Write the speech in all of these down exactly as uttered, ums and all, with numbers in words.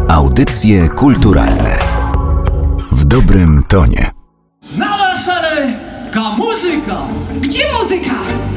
Audycje kulturalne w dobrym tonie. Na wesele ka muzyka. Gdzie muzyka?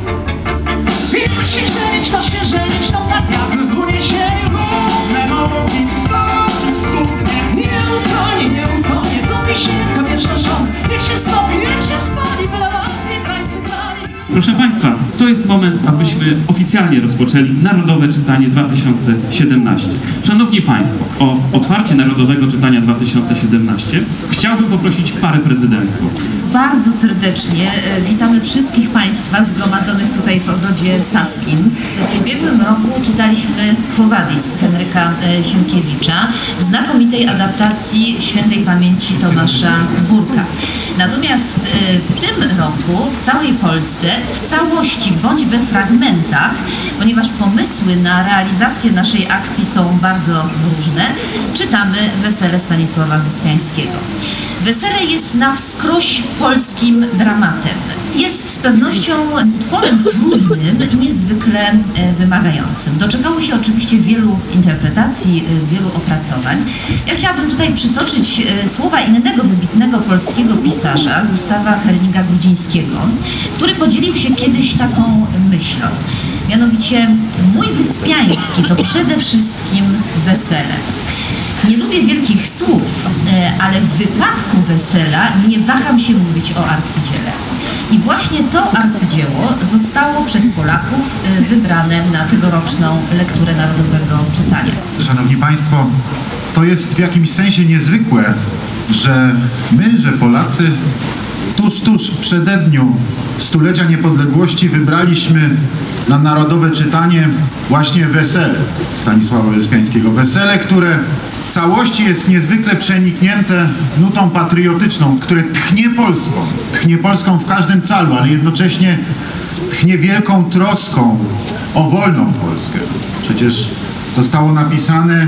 Krzyczeć to się żenić, to tak jakby w uniesie równe nogi wskoczyć w słupnie. Nie utonie, nie utonie, topi się w pierwsza rząd. Niech się stopi, niech się spali, byle ładnie krańcy krali. Proszę Państwa, to jest moment, abyśmy oficjalnie rozpoczęli Narodowe Czytanie dwa tysiące siedemnaście. Szanowni Państwo, o otwarcie Narodowego Czytania dwa tysiące siedemnaście chciałbym poprosić parę prezydencką. Bardzo serdecznie witamy wszystkich Państwa zgromadzonych tutaj w Ogrodzie Saskim. W ubiegłym roku czytaliśmy Quo Vadis Henryka Sienkiewicza w znakomitej adaptacji świętej pamięci Tomasza Górka. Natomiast w tym roku w całej Polsce, w całości bądź we fragmentach, ponieważ pomysły na realizację naszej akcji są bardzo różne, czytamy Wesele Stanisława Wyspiańskiego. Wesele jest na wskroś polskim dramatem. Jest z pewnością utworem trudnym i niezwykle wymagającym. Doczekało się oczywiście wielu interpretacji, wielu opracowań. Ja chciałabym tutaj przytoczyć słowa innego wybitnego polskiego pisarza, Gustawa Herlinga-Grudzińskiego, który podzielił się kiedyś taką myślą. Mianowicie, mój Wyspiański to przede wszystkim wesele. Nie lubię wielkich słów, ale w wypadku Wesela nie waham się mówić o arcydziele. I właśnie to arcydzieło zostało przez Polaków wybrane na tegoroczną lekturę Narodowego Czytania. Szanowni Państwo, to jest w jakimś sensie niezwykłe, że my, że Polacy, tuż, tuż w przededniu stulecia niepodległości wybraliśmy na Narodowe Czytanie właśnie Wesele Stanisława Wyspiańskiego. Wesele, które w całości jest niezwykle przeniknięte nutą patriotyczną, które tchnie Polską. Tchnie Polską w każdym calu, ale jednocześnie tchnie wielką troską o wolną Polskę. Przecież zostało napisane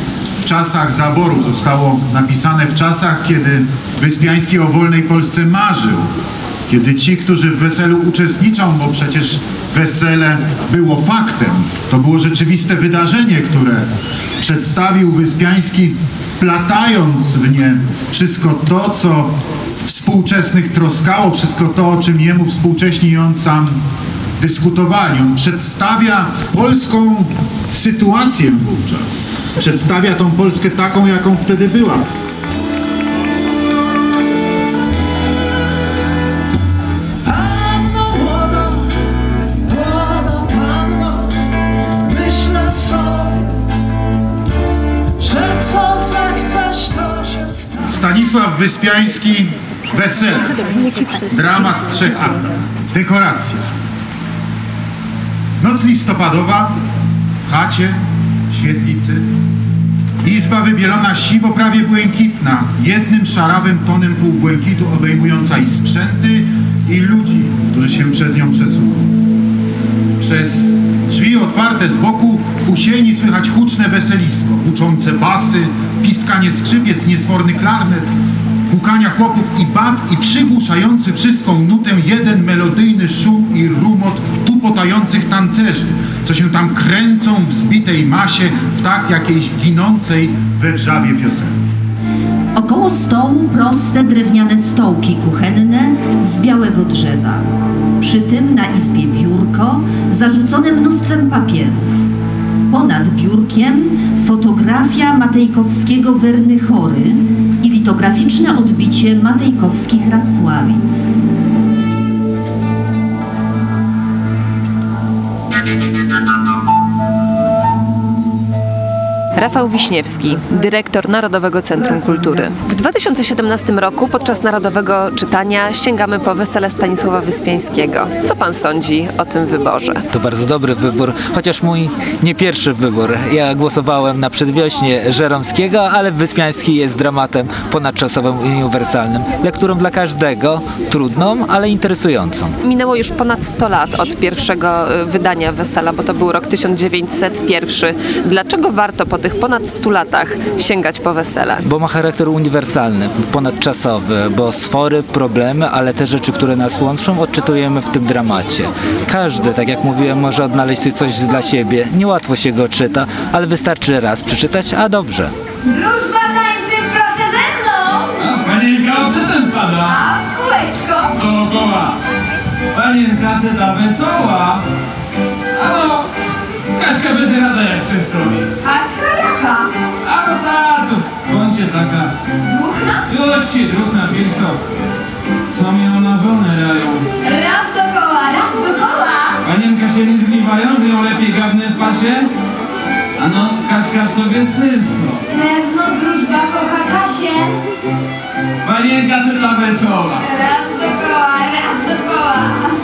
w czasach zaborów, zostało napisane w czasach, kiedy Wyspiański o wolnej Polsce marzył. Kiedy ci, którzy w weselu uczestniczą, bo przecież wesele było faktem, to było rzeczywiste wydarzenie, które przedstawił Wyspiański, wplatając w nie wszystko to, co współczesnych troskało, wszystko to, o czym jemu współcześni i on sam dyskutowali. On przedstawia polską sytuację wówczas. Przedstawia tą Polskę taką, jaką wtedy była. Stanisław Wyspiański, Wesele. Dramat w trzech aktach. Dekoracja. Noc listopadowa, w chacie, w świetlicy. Izba wybielona siwo, prawie błękitna, jednym szarawym tonem półbłękitu, obejmująca i sprzęty, i ludzi, którzy się przez nią przesuną. Przez drzwi otwarte z boku u sieni słychać huczne weselisko, huczące basy, piskanie skrzypiec, niesforny klarnet, pukania chłopów i bab i przygłuszający wszystką nutę jeden melodyjny szum i rumot tupotających tancerzy, co się tam kręcą w zbitej masie w takt jakiejś ginącej we wrzawie piosenki. Około stołu proste drewniane stołki kuchenne z białego drzewa. Przy tym na izbie biurko zarzucone mnóstwem papierów. Ponad biurkiem fotografia Matejkowskiego Wernychory i litograficzne odbicie matejkowskich Racławic. Rafał Wiśniewski, dyrektor Narodowego Centrum Kultury. W dwa tysiące siedemnastym roku podczas Narodowego Czytania sięgamy po Wesele Stanisława Wyspiańskiego. Co pan sądzi o tym wyborze? To bardzo dobry wybór, chociaż mój nie pierwszy wybór. Ja głosowałem na Przedwiośnie Żeromskiego, ale Wyspiański jest dramatem ponadczasowym i uniwersalnym. Lekturą dla każdego, trudną, ale interesującą. Minęło już ponad sto lat od pierwszego wydania Wesela, bo to był rok tysiąc dziewięćset jeden. Dlaczego warto po tych ponad stu latach sięgać po Wesele? Bo ma charakter uniwersalny, ponadczasowy, bo sfory, problemy, ale te rzeczy, które nas łączą, odczytujemy w tym dramacie. Każdy, tak jak mówiłem, może odnaleźć coś dla siebie. Niełatwo się go czyta, ale wystarczy raz przeczytać, a dobrze. Wróżba tańczy, proszę ze mną! A panienka otysem pada. A w kółeczko? Dookoła. Panienka seda wesoła. A no, Kaśka będzie rada jak przystrowi. Kaśka jaka? A no ta, co w kącie taka. Dmuchna? Już ci druh na pierso. Co mi ona żonę rają. Raz dokoła, raz dokoła! Panienka się nie zgniewają, że ją lepiej gadnę w pasie? A no, Kaśka w sobie sysno. Pewno wróżba kocha Kasię. Panienka seda wesoła. Raz dokoła, raz dokoła!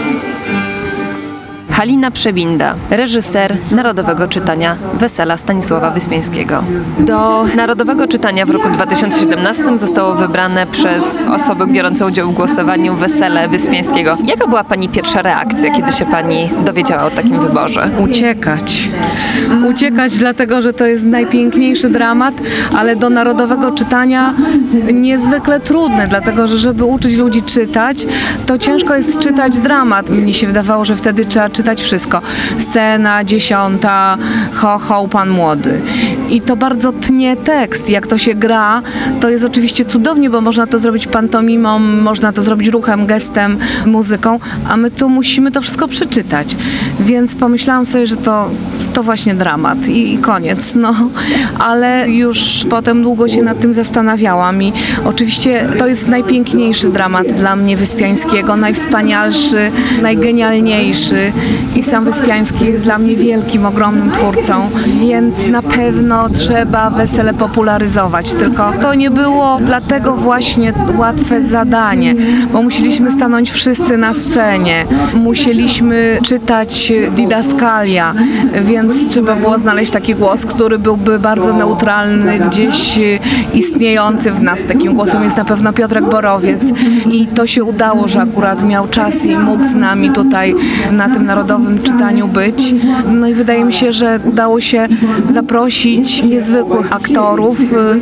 Halina Przebinda, reżyser Narodowego Czytania Wesela Stanisława Wyspiańskiego. Do Narodowego Czytania w roku dwa tysiące siedemnastym zostało wybrane przez osoby biorące udział w głosowaniu Wesele Wyspiańskiego. Jaka była Pani pierwsza reakcja, kiedy się Pani dowiedziała o takim wyborze? Uciekać. Uciekać dlatego, że to jest najpiękniejszy dramat, ale do Narodowego Czytania niezwykle trudny, dlatego że żeby uczyć ludzi czytać, to ciężko jest czytać dramat. Mnie się wydawało, że wtedy trzeba czytać wszystko. Scena dziesiąta, ho, ho, pan młody. I to bardzo tnie tekst. Jak to się gra, to jest oczywiście cudownie, bo można to zrobić pantomimą, można to zrobić ruchem, gestem, muzyką, a my tu musimy to wszystko przeczytać. Więc pomyślałam sobie, że to to właśnie dramat i, i koniec, no. Ale już potem długo się nad tym zastanawiałam i oczywiście to jest najpiękniejszy dramat dla mnie Wyspiańskiego, najwspanialszy, najgenialniejszy i sam Wyspiański jest dla mnie wielkim, ogromnym twórcą, więc na pewno trzeba Wesele popularyzować, tylko to nie było dlatego właśnie łatwe zadanie, bo musieliśmy stanąć wszyscy na scenie, musieliśmy czytać didaskalia, więc trzeba było znaleźć taki głos, który byłby bardzo neutralny, gdzieś istniejący w nas. Takim głosem jest na pewno Piotrek Borowiec i to się udało, że akurat miał czas i mógł z nami tutaj na tym Narodowym Czytaniu być. No i wydaje mi się, że udało się zaprosić niezwykłych aktorów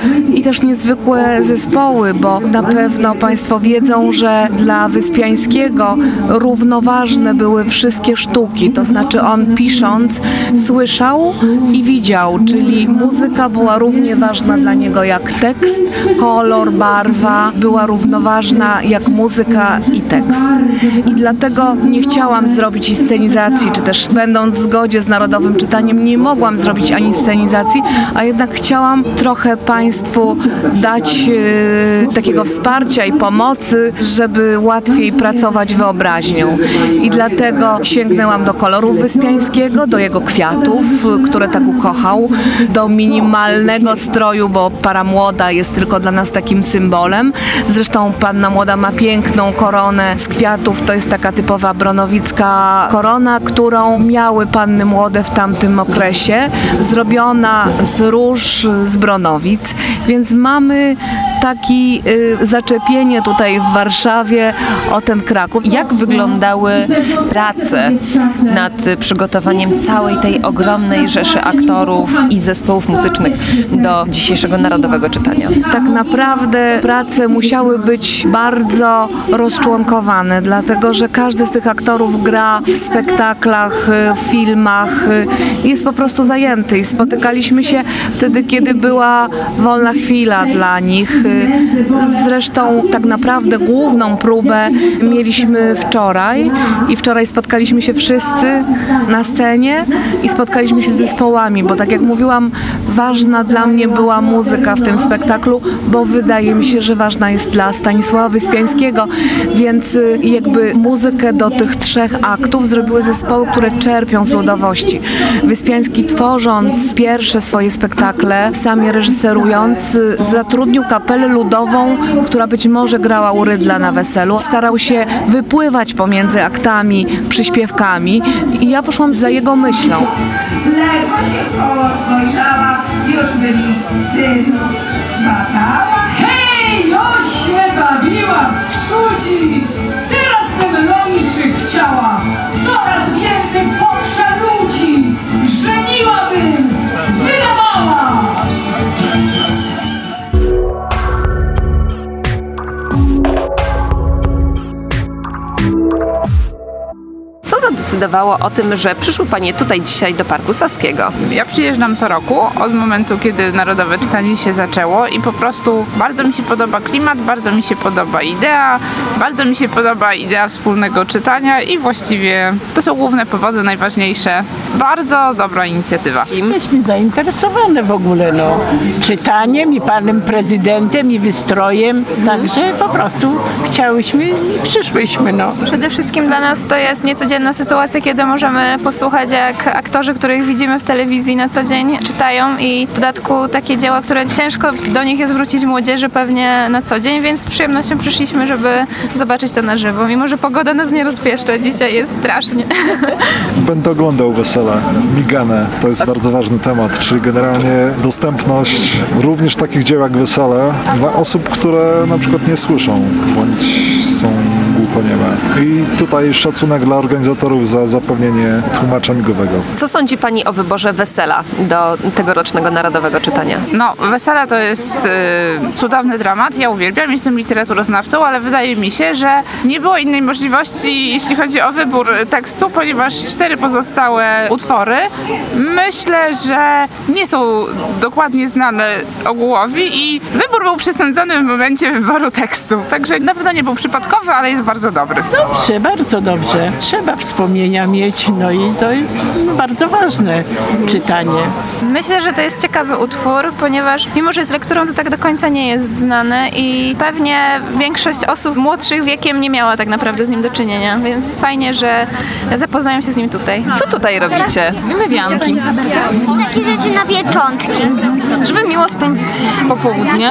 i też niezwykłe zespoły, bo na pewno Państwo wiedzą, że dla Wyspiańskiego równoważne były wszystkie sztuki, to znaczy on pisząc słyszał i widział, czyli muzyka była równie ważna dla niego jak tekst, kolor, barwa była równoważna jak muzyka i tekst. I dlatego nie chciałam zrobić inscenizacji, czy też będąc w zgodzie z Narodowym Czytaniem nie mogłam zrobić ani scenizacji, a jednak chciałam trochę Państwu dać e, takiego wsparcia i pomocy, żeby łatwiej pracować wyobraźnią. I dlatego sięgnęłam do kolorów Wyspiańskiego, do jego kwiatów, które tak ukochał, do minimalnego stroju, bo para młoda jest tylko dla nas takim symbolem. Zresztą panna młoda ma piękną koronę z kwiatów, to jest taka typowa bronowicka korona, którą miały panny młode w tamtym okresie, zrobiona z róż z Bronowic, więc mamy takie y, zaczepienie tutaj w Warszawie o ten Kraków. Jak wyglądały prace nad przygotowaniem całej tej ogromnej rzeszy aktorów i zespołów muzycznych do dzisiejszego Narodowego Czytania? Tak naprawdę prace musiały być bardzo rozczłonkowane, dlatego że każdy z tych aktorów gra w spektaklach, w filmach, jest po prostu zajęty i spotykaliśmy się wtedy, kiedy była wolna chwila dla nich. Zresztą tak naprawdę główną próbę mieliśmy wczoraj i wczoraj spotkaliśmy się wszyscy na scenie i spotkaliśmy się z zespołami, bo tak jak mówiłam, ważna dla mnie była muzyka w tym spektaklu, bo wydaje mi się, że ważna jest dla Stanisława Wyspiańskiego, więc jakby muzykę do tych trzech aktów zrobiły zespoły, które czerpią z ludowości. Wyspiański, tworząc pierwsze swoje spektakle, sam je reżyserując, zatrudnił kapelę ludową, która być może grała u Rydla na weselu. Starał się wypływać pomiędzy aktami, przyśpiewkami i ja poszłam za jego myślą. Ledwo się w koło spojrzała, już by mi synów swatała. Hej, już się bawiła w sztuci! Teraz bym loniszy chciała! Coraz więcej potrza ludzi! Żeniłabym! Wydawała! Co zadecydowało zadecydowało o tym, że przyszły Panie tutaj dzisiaj do Parku Saskiego? Ja przyjeżdżam co roku od momentu, kiedy Narodowe Czytanie się zaczęło i po prostu bardzo mi się podoba klimat, bardzo mi się podoba idea, bardzo mi się podoba idea wspólnego czytania i właściwie to są główne powody, najważniejsze. Bardzo dobra inicjatywa. Jesteśmy zainteresowane w ogóle no, czytaniem i panem prezydentem i wystrojem, także po prostu chciałyśmy i przyszłyśmy. No. Przede wszystkim dla nas to jest niecodzienna sytuacja, kiedy możemy posłuchać, jak aktorzy, których widzimy w telewizji na co dzień, czytają i w dodatku takie dzieła, które ciężko do nich jest wrócić młodzieży pewnie na co dzień, więc z przyjemnością przyszliśmy, żeby zobaczyć to na żywo, mimo że pogoda nas nie rozpieszcza, dzisiaj jest strasznie. Będę oglądał wesele, migane, to jest bardzo ważny temat, czyli generalnie dostępność również takich dzieł jak wesele dla osób, które na przykład nie słyszą, bądź są głuchonieme. I tutaj szacunek dla organizatorów za zapewnienie tłumacza migowego. Co sądzi Pani o wyborze wesela do tegorocznego Narodowego Czytania? No, wesele to jest y, cudowny dramat, ja uwielbiam, jestem literaturoznawcą, ale wydaje mi się, że nie było innej możliwości, jeśli chodzi o wybór tekstu, ponieważ cztery pozostałe utwory myślę, że nie są dokładnie znane ogółowi i wybór był przesądzony w momencie wyboru tekstów, także na pewno nie był przypadkowy, ale jest bardzo dobry. Dobrze, bardzo dobrze. Trzeba wspomnienia mieć, no i to jest bardzo ważne czytanie. Myślę, że to jest ciekawy utwór, ponieważ mimo, że z lekturą to tak do końca nie jest znany i pewnie większość osób młodszych wiekiem nie miała tak naprawdę z nim do czynienia, więc fajnie, że zapoznają się z nim tutaj. Co tutaj robicie? Wymianki. Takie rzeczy na pieczątki. Żeby miło spędzić popołudnie.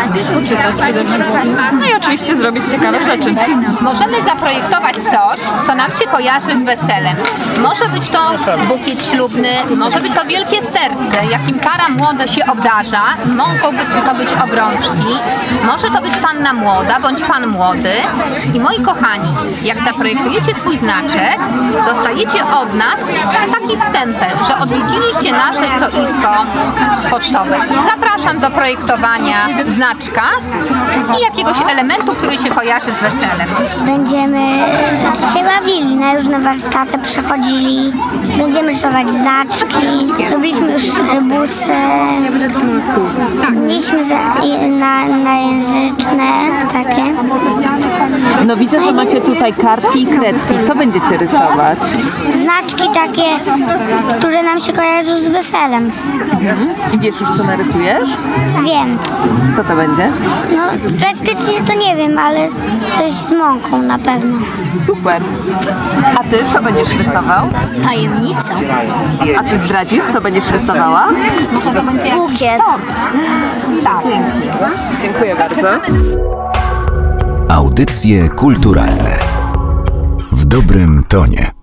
No i oczywiście zrobić ciekawe rzeczy. Możemy zaprojektować coś, co nam się kojarzy z weselem. Może być to bukiet ślubny, może być to wielkie serce, jakim para młoda się obdarza. Mogą to być obrączki, może to być panna młoda bądź pan młody. I moi kochani, jak zaprojektujecie swój znaczek, dostajecie od nas taki stempel, że odwiedziliście nasze stoisko pocztowe. Zapraszam do projektowania znaczka i jakiegoś elementu, który się kojarzy z weselem. Będziemy się bawili, na różne warsztaty przychodzili, będziemy rysować znaczki, robiliśmy już rebusy, mieliśmy za, na, na języczne takie. No widzę, że macie tutaj kartki i kredki. Co będziecie rysować? Znaczki takie, które nam się kojarzą z weselem. Mhm. I wiesz już, co narysujesz? Wiem. Co to będzie? No praktycznie to nie wiem, ale coś z mąką na pewno. Super. A ty co będziesz rysował? Tajemnica. A ty zdradzisz, co będziesz rysowała? Bukiet. Tak. Dziękuję bardzo. Audycje kulturalne w dobrym tonie.